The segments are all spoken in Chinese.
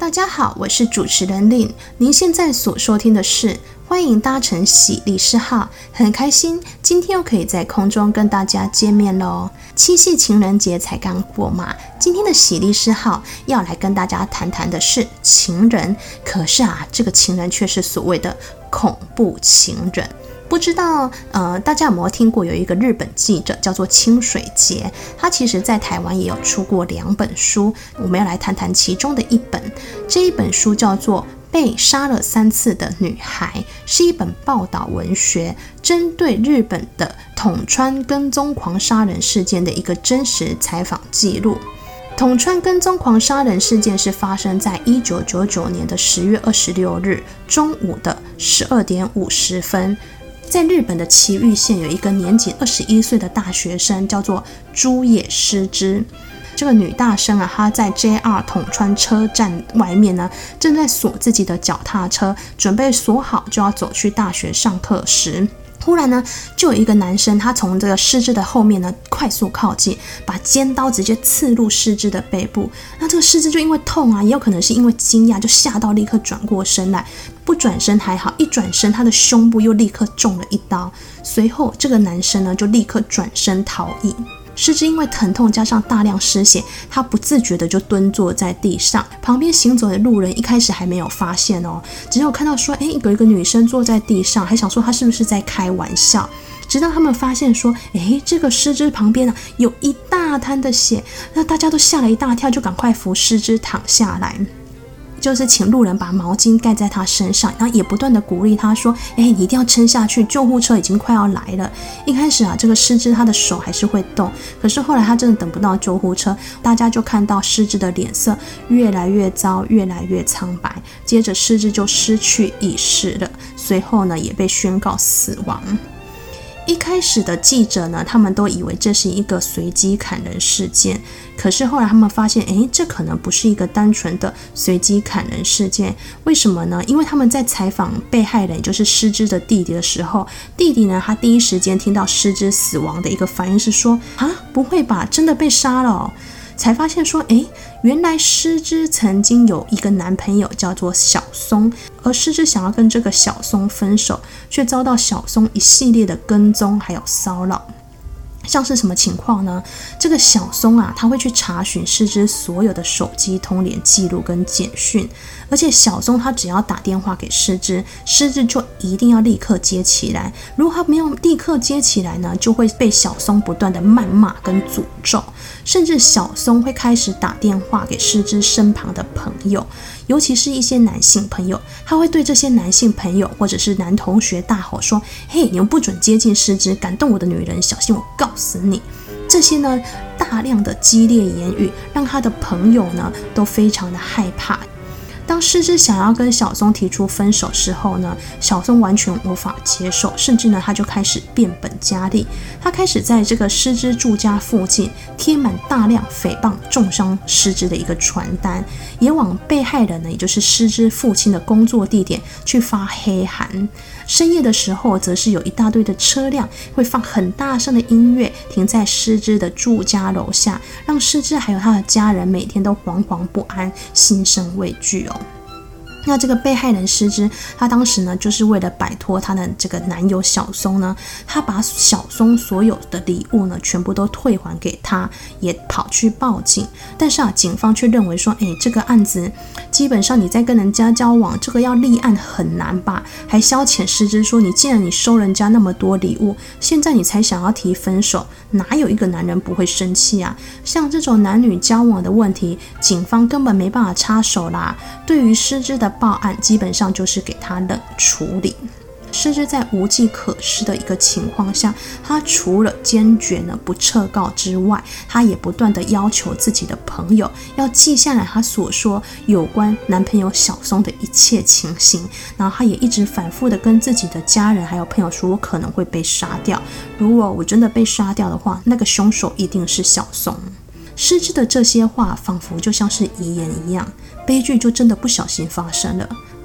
大家好，我是主持人Lin，您现在所收听的是欢迎搭乘喜力士号，很开心今天又可以在空中跟大家见面咯。七夕情人节才刚过嘛，今天的喜力士号要来跟大家谈谈的是情人，可是这个情人却是所谓的恐怖情人。不知道大家有没有听过有一个日本记者叫做清水节，他其实在台湾也有出过2本书，我们要来谈谈其中的一本。这一本书叫做被杀了3次的女孩，是一本报道文学，针对日本的统川跟踪狂杀人事件的一个真实采访记录。统川跟踪狂杀人事件是发生在1999年的10月26日中午的12点50分。在日本的埼玉县有一个年仅21岁的大学生，叫做朱野诗织。这个女大生她在 JR 统川车站外面呢，正在锁自己的脚踏车，准备锁好就要走去大学上课时，忽然呢，就有一个男生，他从这个诗织的后面呢快速靠近，把尖刀直接刺入诗织的背部。那这个诗织就因为痛也有可能是因为惊讶，就吓到立刻转过身来。不转身还好，一转身他的胸部又立刻中了一刀。随后这个男生呢就立刻转身逃逸。诗织因为疼痛加上大量失血，他不自觉的就蹲坐在地上。旁边行走的路人一开始还没有发现只有看到说有一个女生坐在地上，还想说她是不是在开玩笑。直到他们发现说这个诗织旁边有一大滩的血，那大家都吓了一大跳，就赶快扶诗织躺下来，就是请路人把毛巾盖在他身上，然后也不断的鼓励他说你一定要撑下去，救护车已经快要来了。一开始这个诗织他的手还是会动，可是后来他真的等不到救护车，大家就看到诗织的脸色越来越糟，越来越苍白，接着诗织就失去意识了，随后呢也被宣告死亡。一开始的记者呢，他们都以为这是一个随机砍人事件，可是后来他们发现这可能不是一个单纯的随机砍人事件。为什么呢？因为他们在采访被害人，也就是诗织的弟弟的时候，弟弟呢他第一时间听到诗织死亡的一个反应是说不会吧，真的被杀了才发现说原来诗织曾经有一个男朋友叫做小松，而诗织想要跟这个小松分手，却遭到小松一系列的跟踪还有骚扰。像是什么情况呢？这个小松他会去查询诗织所有的手机通联记录跟简讯，而且小松他只要打电话给诗织，诗织就一定要立刻接起来，如果他没有立刻接起来呢，就会被小松不断的谩骂跟诅咒，甚至小松会开始打电话给诗织身旁的朋友，尤其是一些男性朋友，他会对这些男性朋友或者是男同学大吼说你们不准接近诗织，敢动我的女人，小心我告死你。这些呢大量的激烈言语让他的朋友呢都非常的害怕。当诗织想要跟小松提出分手时候呢，小松完全无法接受，甚至呢他就开始变本加厉，他开始在这个诗织住家附近贴满大量诽谤重伤诗织的一个传单，也往被害人呢，也就是诗织父亲的工作地点去发黑函。深夜的时候则是有一大堆的车辆会放很大声的音乐停在诗织的住家楼下，让诗织还有他的家人每天都惶惶不安，心生畏惧那这个被害人诗织，她当时呢，就是为了摆脱她的这个男友小松呢，她把小松所有的礼物呢，全部都退还给他，也跑去报警。但是警方却认为说，这个案子基本上你在跟人家交往，这个要立案很难吧？还消遣诗织说，你既然你收人家那么多礼物，现在你才想要提分手，哪有一个男人不会生气啊？像这种男女交往的问题，警方根本没办法插手啦。对于诗织的报案基本上就是给他冷处理。诗织在无计可施的一个情况下，他除了坚决不撤告之外，他也不断的要求自己的朋友要记下来他所说有关男朋友小松的一切情形，然后他也一直反复的跟自己的家人还有朋友说，我可能会被杀掉，如果我真的被杀掉的话，那个凶手一定是小松。诗织的这些话仿佛就像是遗言一样，悲剧就真的不小心发生了。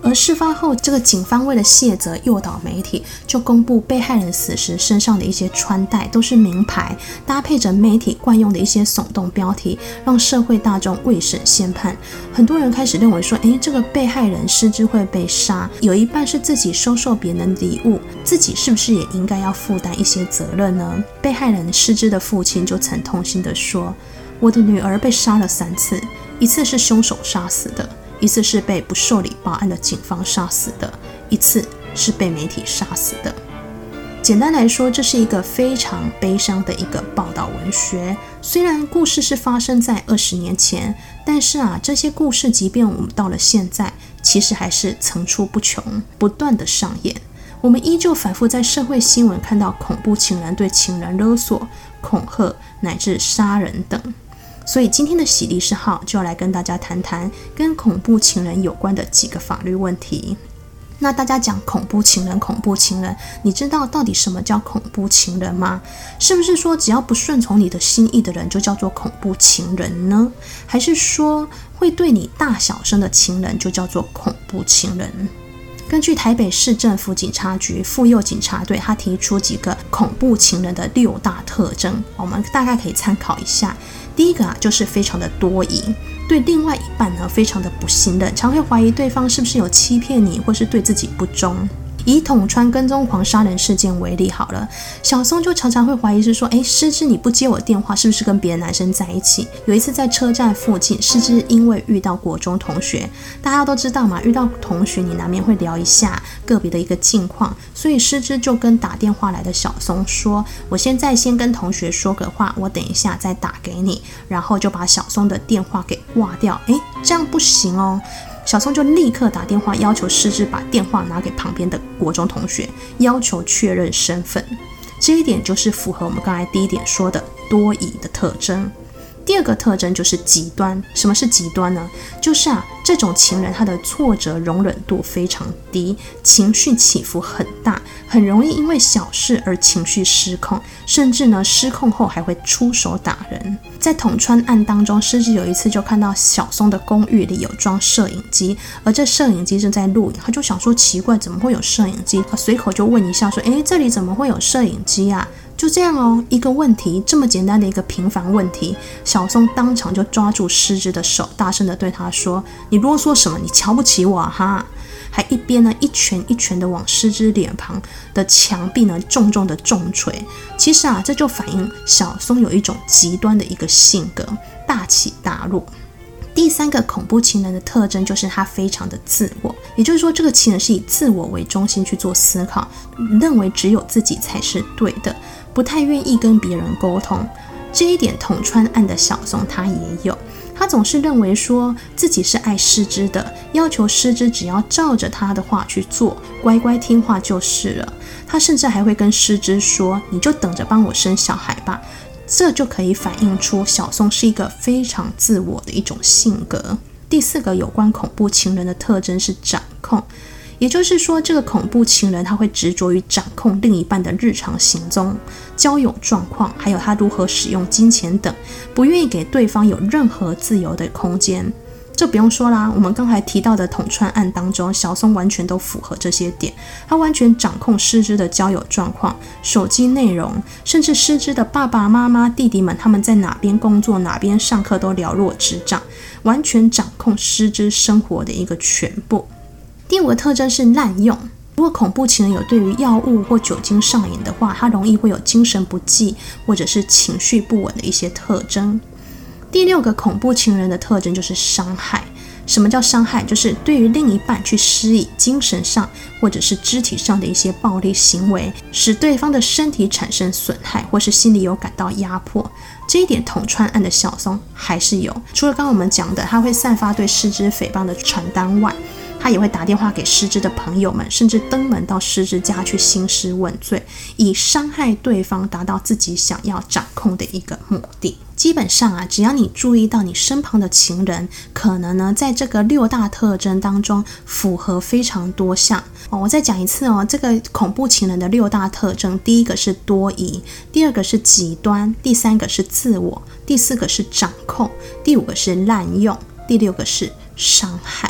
而事发后，这个警方为了卸责诱导媒体，就公布被害人死时身上的一些穿戴都是名牌，搭配着媒体惯用的一些耸动标题，让社会大众未审先判。很多人开始认为说，这个被害人失之会被杀，有一半是自己收受别人的礼物，自己是不是也应该要负担一些责任呢？被害人失之的父亲就曾痛心地说，我的女儿被杀了3次，一次是凶手杀死的，一次是被不受理报案的警方杀死的，一次是被媒体杀死的。简单来说，这是一个非常悲伤的一个报道文学。虽然故事是发生在20年前，但是这些故事即便我们到了现在，其实还是层出不穷，不断的上演。我们依旧反复在社会新闻看到恐怖情人对情人勒索、恐吓乃至杀人等。所以今天的喜律师号就要来跟大家谈谈跟恐怖情人有关的几个法律问题。那大家讲恐怖情人，你知道到底什么叫恐怖情人吗？是不是说只要不顺从你的心意的人就叫做恐怖情人呢？还是说会对你大小声的情人就叫做恐怖情人？根据台北市政府警察局妇幼警察队，他提出几个恐怖情人的6大特征，我们大概可以参考一下。第一个就是非常的多疑，对另外一半呢非常的不信任，常会怀疑对方是不是有欺骗你，或是对自己不忠。以统川跟踪狂杀人事件为例好了，小松就常常会怀疑是说，失之你不接我电话，是不是跟别的男生在一起？有一次在车站附近，失之因为遇到国中同学，大家都知道嘛，遇到同学你难免会聊一下个别的一个近况，所以失之就跟打电话来的小松说，我现在先跟同学说个话，我等一下再打给你，然后就把小松的电话给挂掉。这样不行哦。小松就立刻打电话要求失之把电话拿给旁边的国中同学，要求确认身份。这一点就是符合我们刚才第一点说的多疑的特征。第二个特征就是极端。什么是极端呢？就是这种情人他的挫折容忍度非常低，情绪起伏很大，很容易因为小事而情绪失控，甚至呢失控后还会出手打人。在统川案当中，失之有一次就看到小松的公寓里有装摄影机，而这摄影机正在录影，他就想说奇怪，怎么会有摄影机？随口就问一下说，这里怎么会有摄影机啊？就这样哦，一个问题，这么简单的一个平凡问题，小松当场就抓住失之的手，大声的对他说，你啰嗦什么？你瞧不起我哈？还一边呢一拳一拳的往失之脸庞的墙壁呢重重的重锤。其实这就反映小松有一种极端的一个性格，大起大落。第三个恐怖情人的特征就是他非常的自我，也就是说这个情人是以自我为中心去做思考，认为只有自己才是对的，不太愿意跟别人沟通。这一点统川案的小松他也有，他总是认为说自己是爱失之的，要求失之只要照着他的话去做，乖乖听话就是了。他甚至还会跟失之说，你就等着帮我生小孩吧。这就可以反映出小松是一个非常自我的一种性格。第四个有关恐怖情人的特征是掌控，也就是说这个恐怖情人他会执着于掌控另一半的日常行踪、交友状况，还有他如何使用金钱等，不愿意给对方有任何自由的空间。这不用说啦，我们刚才提到的统川案当中，小松完全都符合这些点，他完全掌控失之的交友状况、手机内容，甚至失之的爸爸妈妈、弟弟们他们在哪边工作、哪边上课都了若指掌，完全掌控失之生活的一个全部。第五个特征是滥用。如果恐怖情人有对于药物或酒精上瘾的话，他容易会有精神不济或者是情绪不稳的一些特征。第六个恐怖情人的特征就是伤害。什么叫伤害？就是对于另一半去施以精神上或者是肢体上的一些暴力行为，使对方的身体产生损害，或是心里有感到压迫。这一点统川案的小松还是有，除了刚刚我们讲的他会散发对失之诽谤的传单外，他也会打电话给失之的朋友们，甚至登门到失之家去兴师问罪，以伤害对方达到自己想要掌控的一个目的。基本上只要你注意到你身旁的情人可能呢在这个六大特征当中符合非常多项我再讲一次这个恐怖情人的六大特征，第一个是多疑，第二个是极端，第三个是自我，第四个是掌控，第五个是滥用，第六个是伤害。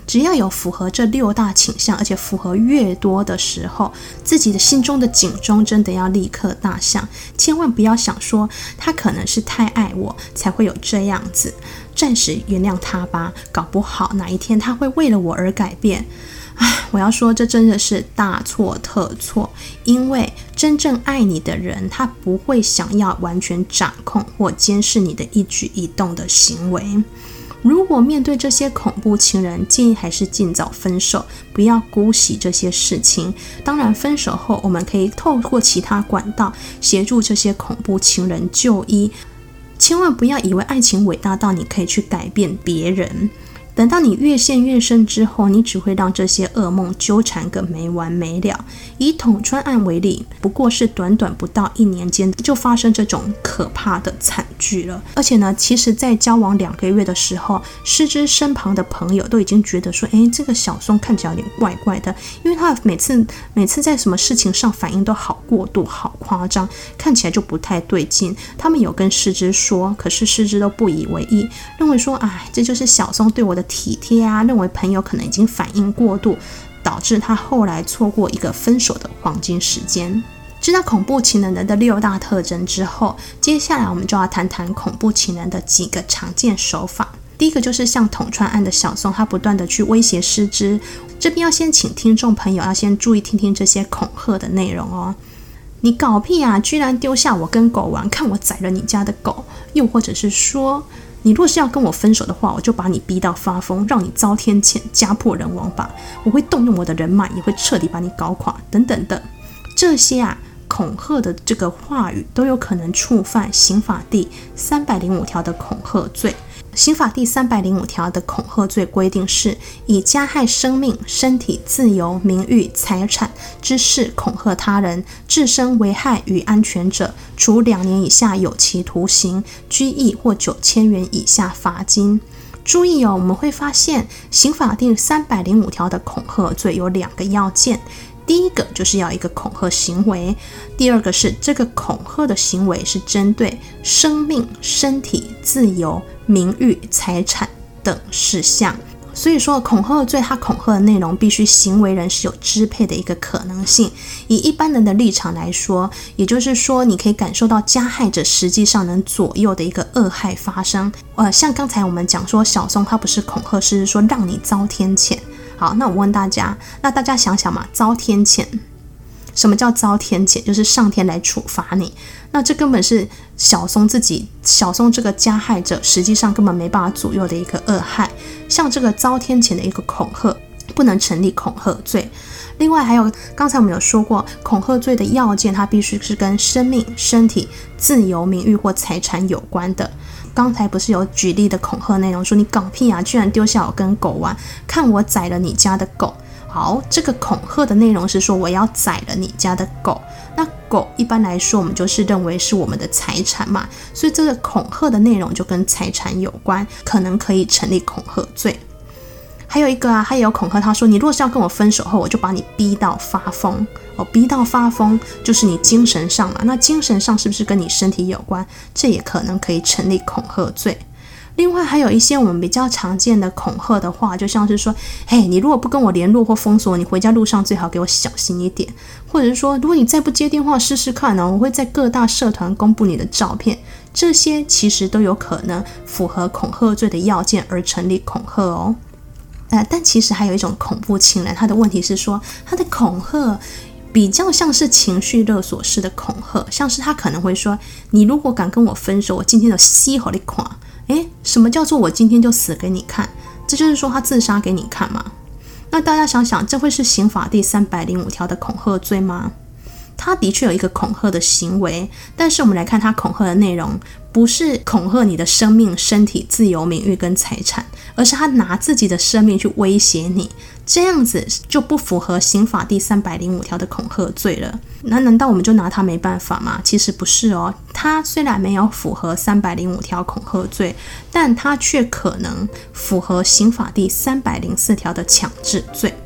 只要有符合这6大倾向，而且符合越多的时候，自己的心中的警钟真的要立刻大响，千万不要想说他可能是太爱我才会有这样子，暂时原谅他吧，搞不好哪一天他会为了我而改变。我要说这真的是大错特错，因为真正爱你的人，他不会想要完全掌控或监视你的一举一动的行为。如果面对这些恐怖情人，建议还是尽早分手，不要姑息这些事情。当然分手后我们可以透过其他管道协助这些恐怖情人就医，千万不要以为爱情伟大到你可以去改变别人，等到你越陷越深之后，你只会让这些噩梦纠缠个没完没了。以统川案为例，不过是短短不到1年间就发生这种可怕的惨剧了。而且呢，其实在交往2个月的时候，师之身旁的朋友都已经觉得说，这个小松看起来有点怪怪的，因为他每次在什么事情上反应都好过度好夸张，看起来就不太对劲。他们有跟师之说，可是师之都不以为意，认为说这就是小松对我的体贴啊，认为朋友可能已经反应过度，导致他后来错过一个分手的黄金时间。知道恐怖情人的6大特征之后，接下来我们就要谈谈恐怖情人的几个常见手法。第一个就是像统川案的小松，他不断的去威胁师之。这边要先请听众朋友要先注意听听这些恐吓的内容哦。你搞屁啊，居然丢下我跟狗玩，看我宰了你家的狗。又或者是说，你若是要跟我分手的话，我就把你逼到发疯，让你遭天谴，家破人亡吧。我会动用我的人脉，也会彻底把你搞垮，等等的。这些恐吓的这个话语都有可能触犯刑法第305条的恐吓罪。刑法第305条的恐吓罪规定是，以加害生命、身体、自由、名誉、财产之事恐吓他人，致生危害与安全者，处2年以下有期徒刑、拘役或9000元以下罚金。注意我们会发现刑法第305条的恐吓罪有2个要件。第一个就是要一个恐吓行为，第二个是这个恐吓的行为是针对生命、身体、自由、名誉、财产等事项。所以说恐吓罪它恐吓的内容必须行为人是有支配的一个可能性。以一般人的立场来说，也就是说你可以感受到加害者实际上能左右的一个恶害发生。像刚才我们讲说小松他不是恐吓，是说让你遭天谴。好，那我问大家，那大家想想嘛，遭天谴，什么叫遭天谴？就是上天来处罚你。那这根本是小松这个加害者实际上根本没办法左右的一个恶害。像这个遭天谴的一个恐吓，不能成立恐吓罪。另外还有刚才我们有说过，恐吓罪的要件它必须是跟生命、身体、自由、名誉或财产有关的。刚才不是有举例的恐吓内容，说你搞屁啊，居然丢下我跟狗玩，看我宰了你家的狗。好，这个恐吓的内容是说我要宰了你家的狗。那狗一般来说我们就是认为是我们的财产嘛，所以这个恐吓的内容就跟财产有关，可能可以成立恐吓罪。还有一个他也有恐吓，他说你若是要跟我分手后，我就把你逼到发疯。逼到发疯就是你精神上嘛，那精神上是不是跟你身体有关？这也可能可以成立恐吓罪。另外还有一些我们比较常见的恐吓的话，就像是说，你如果不跟我联络或封锁，你回家路上最好给我小心一点。或者是说，如果你再不接电话试试看我会在各大社团公布你的照片。这些其实都有可能符合恐吓罪的要件而成立恐吓哦。但其实还有一种恐怖情人，他的问题是说，他的恐吓比较像是情绪勒索式的恐吓，像是他可能会说，你如果敢跟我分手，我今天就死给你看。什么叫做我今天就死给你看？这就是说他自杀给你看嘛。那大家想想，这会是刑法第305条的恐吓罪吗？他的确有一个恐吓的行为，但是我们来看他恐吓的内容，不是恐吓你的生命、身体、自由、名誉跟财产，而是他拿自己的生命去威胁你，这样子就不符合刑法第305条的恐吓罪了。那难道我们就拿他没办法吗？其实不是哦，他虽然没有符合305条恐吓罪，但他却可能符合刑法第304条的强制罪。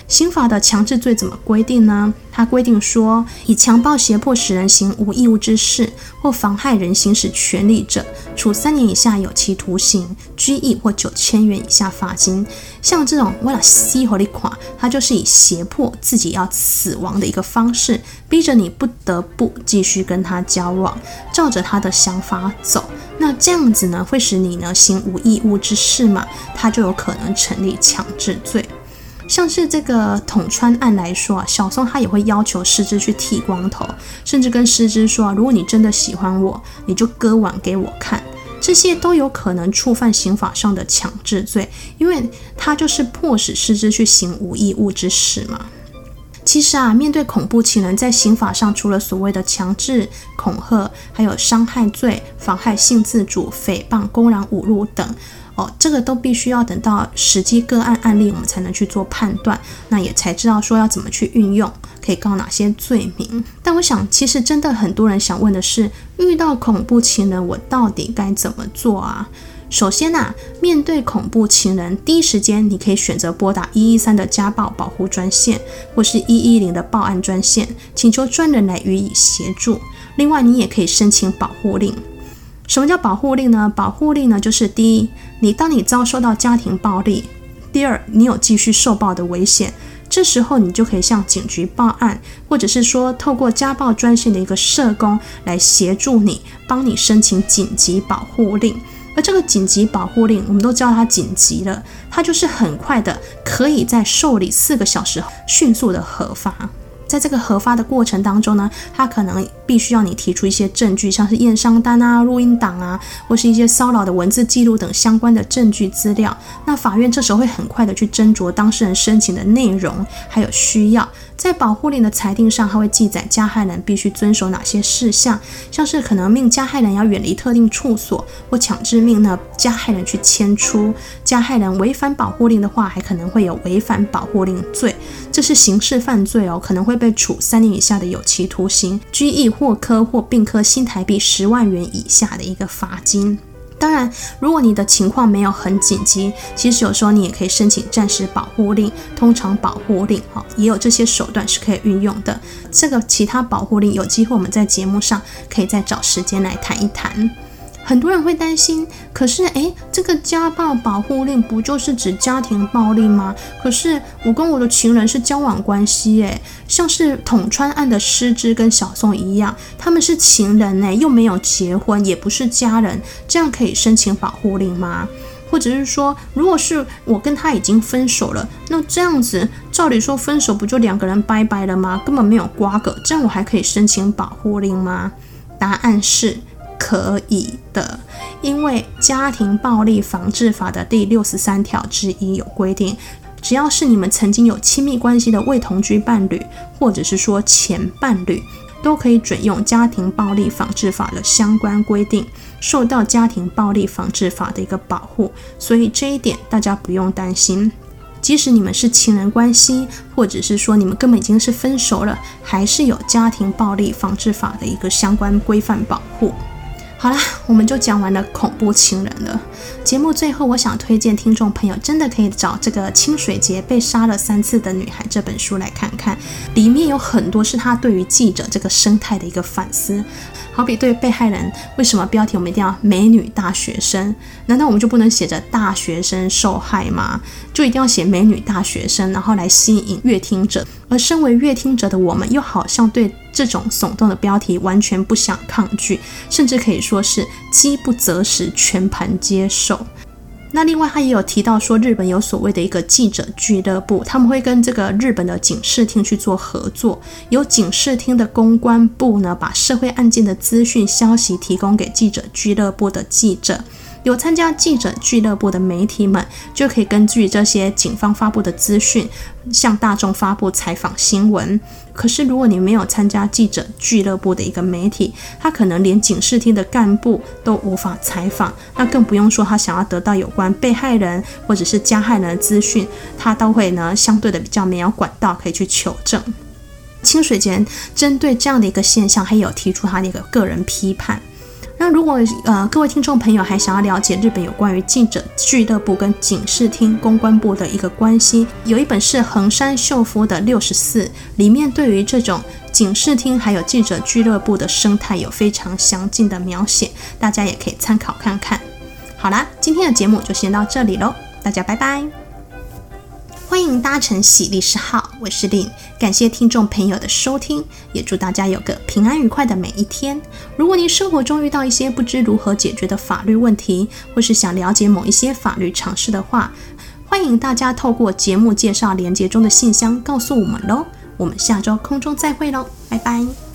刑法的强制罪怎么规定呢？它规定说，以强暴胁迫使人行无义务之事或妨害人行使权利者，处3年以下有期徒刑、拘役或9000元以下罚金。像这种为了吸火力垮，它就是以胁迫自己要死亡的一个方式，逼着你不得不继续跟他交往，照着他的想法走。那这样子呢，会使你呢行无义务之事嘛，它就有可能成立强制罪。像是这个统川案来说啊，小松他也会要求师之去剃光头，甚至跟师之说如果你真的喜欢我，你就割腕给我看。这些都有可能触犯刑法上的强制罪，因为他就是迫使师之去行无义务之事嘛。其实啊，面对恐怖情人，在刑法上除了所谓的强制、恐吓，还有伤害罪、妨害性自主、诽谤、公然侮辱等。这个都必须要等到实际个案案例，我们才能去做判断，那也才知道说要怎么去运用，可以告哪些罪名。但我想，其实真的很多人想问的是，遇到恐怖情人，我到底该怎么做啊？首先啊，面对恐怖情人，第一时间你可以选择拨打113的家暴保护专线，或是110的报案专线，请求专人来予以协助。另外，你也可以申请保护令。什么叫保护令呢？保护令呢，就是第一，当你遭受到家庭暴力；第二，你有继续受暴的危险，这时候你就可以向警局报案，或者是说透过家暴专线的一个社工来协助你，帮你申请紧急保护令。而这个紧急保护令，我们都知道它紧急了，它就是很快的，可以在受理4个小时后迅速的核发。在这个核发的过程当中呢，它可能必须要你提出一些证据，像是验伤单啊、录音档啊，或是一些骚扰的文字记录等相关的证据资料。那法院这时候会很快的去斟酌当事人申请的内容还有需要。在保护令的裁定上，它会记载加害人必须遵守哪些事项，像是可能命加害人要远离特定处所，或强制命呢加害人去迁出。加害人违反保护令的话，还可能会有违反保护令罪，这是刑事犯罪可能会被处3年以下的有期徒刑、拘役或科或并科新台币10万元以下的一个罚金。当然，如果你的情况没有很紧急，其实有时候你也可以申请暂时保护令、通常保护令，也有这些手段是可以运用的。这个其他保护令，有机会我们在节目上可以再找时间来谈一谈。很多人会担心，可是这个家暴保护令不就是指家庭暴力吗？可是我跟我的情人是交往关系像是统川案的师之跟小宋一样，他们是情人又没有结婚，也不是家人，这样可以申请保护令吗？或者是说，如果是我跟他已经分手了，那这样子照理说分手不就2个人拜拜了吗？根本没有瓜葛，这样我还可以申请保护令吗？答案是可以的，因为家庭暴力防治法的第63条之1有规定，只要是你们曾经有亲密关系的未同居伴侣，或者是说前伴侣，都可以准用家庭暴力防治法的相关规定，受到家庭暴力防治法的一个保护，所以这一点大家不用担心。即使你们是情人关系，或者是说你们根本已经是分手了，还是有家庭暴力防治法的一个相关规范保护。好啦，我们就讲完了恐怖情人了。节目最后，我想推荐听众朋友真的可以找这个清水节被杀了3次的女孩这本书来看看，里面有很多是她对于记者这个生态的一个反思。好比对被害人，为什么标题我们一定要美女大学生？难道我们就不能写着大学生受害吗？就一定要写美女大学生，然后来吸引阅听者？而身为阅听者的我们，又好像对这种耸动的标题完全不想抗拒，甚至可以说是饥不择食，全盘接受。那另外他也有提到说，日本有所谓的一个记者俱乐部，他们会跟这个日本的警视厅去做合作，由警视厅的公关部呢，把社会案件的资讯消息提供给记者俱乐部的记者。有参加记者俱乐部的媒体们，就可以根据这些警方发布的资讯，向大众发布采访新闻。可是如果你没有参加记者俱乐部的一个媒体，他可能连警视厅的干部都无法采访，那更不用说他想要得到有关被害人或者是加害人的资讯，他都会呢相对的比较没有管道可以去求证。清水节针对这样的一个现象，还有提出他的一个个人批判。 那如果各位听众朋友还想要了解日本有关于记者俱乐部跟警视厅公关部的一个关系，有一本是横山秀夫的64，里面对于这种警视厅还有记者俱乐部的生态有非常详尽的描写，大家也可以参考看看。好啦，今天的节目就先到这里咯，大家拜拜。欢迎搭乘喜力士号，我是Lynn，感谢听众朋友的收听，也祝大家有个平安愉快的每一天。如果您生活中遇到一些不知如何解决的法律问题，或是想了解某一些法律常识的话，欢迎大家透过节目介绍连结中的信箱告诉我们咯。我们下周空中再会咯，拜拜。